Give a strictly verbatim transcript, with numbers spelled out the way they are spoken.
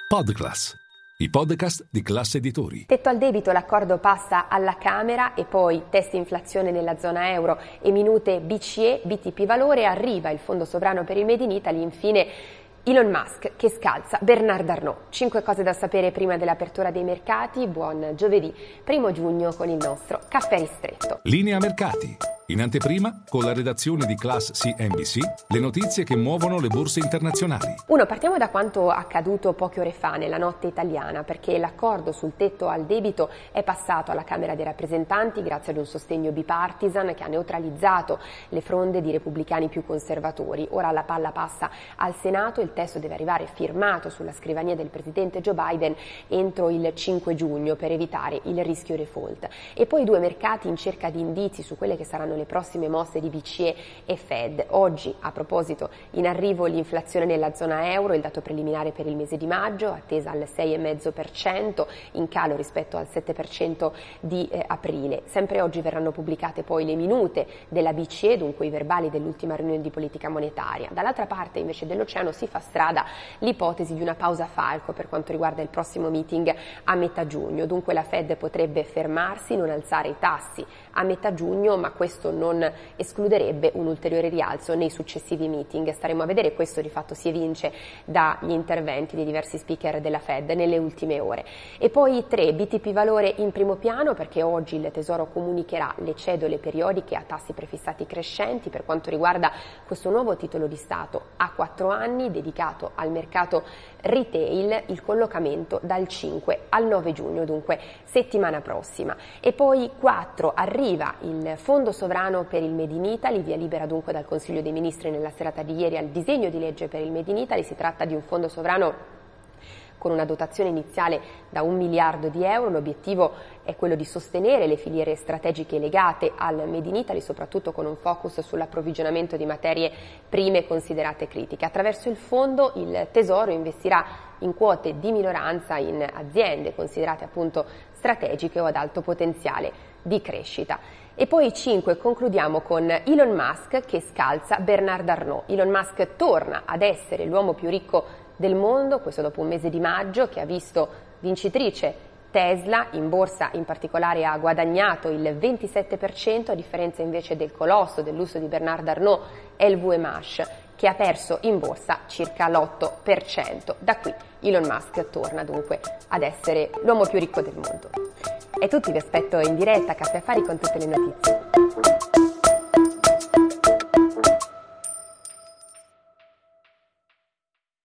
Podclass, i podcast di Class Editori. Tetto al debito, l'accordo passa alla Camera e poi test inflazione nella zona euro e minute B C E, B T P Valore, arriva il fondo sovrano per il Made in Italy, infine Elon Musk che scalza Bernard Arnault. Cinque cose da sapere prima dell'apertura dei mercati. Buon giovedì primo giugno con il nostro caffè ristretto. Linea mercati. In anteprima, con la redazione di Class C N B C, le notizie che muovono le borse internazionali. Uno, partiamo da quanto accaduto poche ore fa nella notte italiana, perché l'accordo sul tetto al debito è passato alla Camera dei rappresentanti grazie ad un sostegno bipartisan che ha neutralizzato le fronde di repubblicani più conservatori. Ora la palla passa al Senato, il testo deve arrivare firmato sulla scrivania del presidente Joe Biden entro il cinque giugno per evitare il rischio default. E poi due mercati in cerca di indizi su quelle che saranno le prossime mosse di B C E e Fed. Oggi, a proposito, in arrivo l'inflazione nella zona euro, il dato preliminare per il mese di maggio, attesa al sei virgola cinque per cento, in calo rispetto al sette per cento di eh, aprile. Sempre oggi verranno pubblicate poi le minute della B C E, dunque i verbali dell'ultima riunione di politica monetaria. Dall'altra parte invece dell'oceano si fa strada l'ipotesi di una pausa falco per quanto riguarda il prossimo meeting a metà giugno. Dunque la Fed potrebbe fermarsi, non alzare i tassi a metà giugno, ma questo non escluderebbe un ulteriore rialzo nei successivi meeting. Staremo a vedere, questo di fatto si evince dagli interventi dei diversi speaker della Fed nelle ultime ore. E poi tre, B T P Valore in primo piano, perché oggi il Tesoro comunicherà le cedole periodiche a tassi prefissati crescenti per quanto riguarda questo nuovo titolo di Stato a quattro anni dedicato al mercato retail, il collocamento dal cinque al nove giugno, dunque settimana prossima. E poi quattro, arriva il fondo sovrano per il Made in Italy, via libera dunque dal Consiglio dei Ministri nella serata di ieri al disegno di legge per il Made in Italy. Si tratta di un fondo sovrano con una dotazione iniziale da un miliardo di euro. L'obiettivo è quello di sostenere le filiere strategiche legate al Made in Italy, soprattutto con un focus sull'approvvigionamento di materie prime considerate critiche. Attraverso il fondo il Tesoro investirà in quote di minoranza in aziende considerate appunto strategiche o ad alto potenziale di crescita. E poi cinque, concludiamo con Elon Musk che scalza Bernard Arnault. Elon Musk torna ad essere l'uomo più ricco del mondo, questo dopo un mese di maggio che ha visto vincitrice Tesla. In borsa in particolare ha guadagnato il ventisette per cento, a differenza invece del colosso del lusso di Bernard Arnault, L V M H, che ha perso in borsa circa l'otto per cento. Da qui Elon Musk torna dunque ad essere l'uomo più ricco del mondo. È tutto, vi aspetto in diretta a Caffè Affari con tutte le notizie.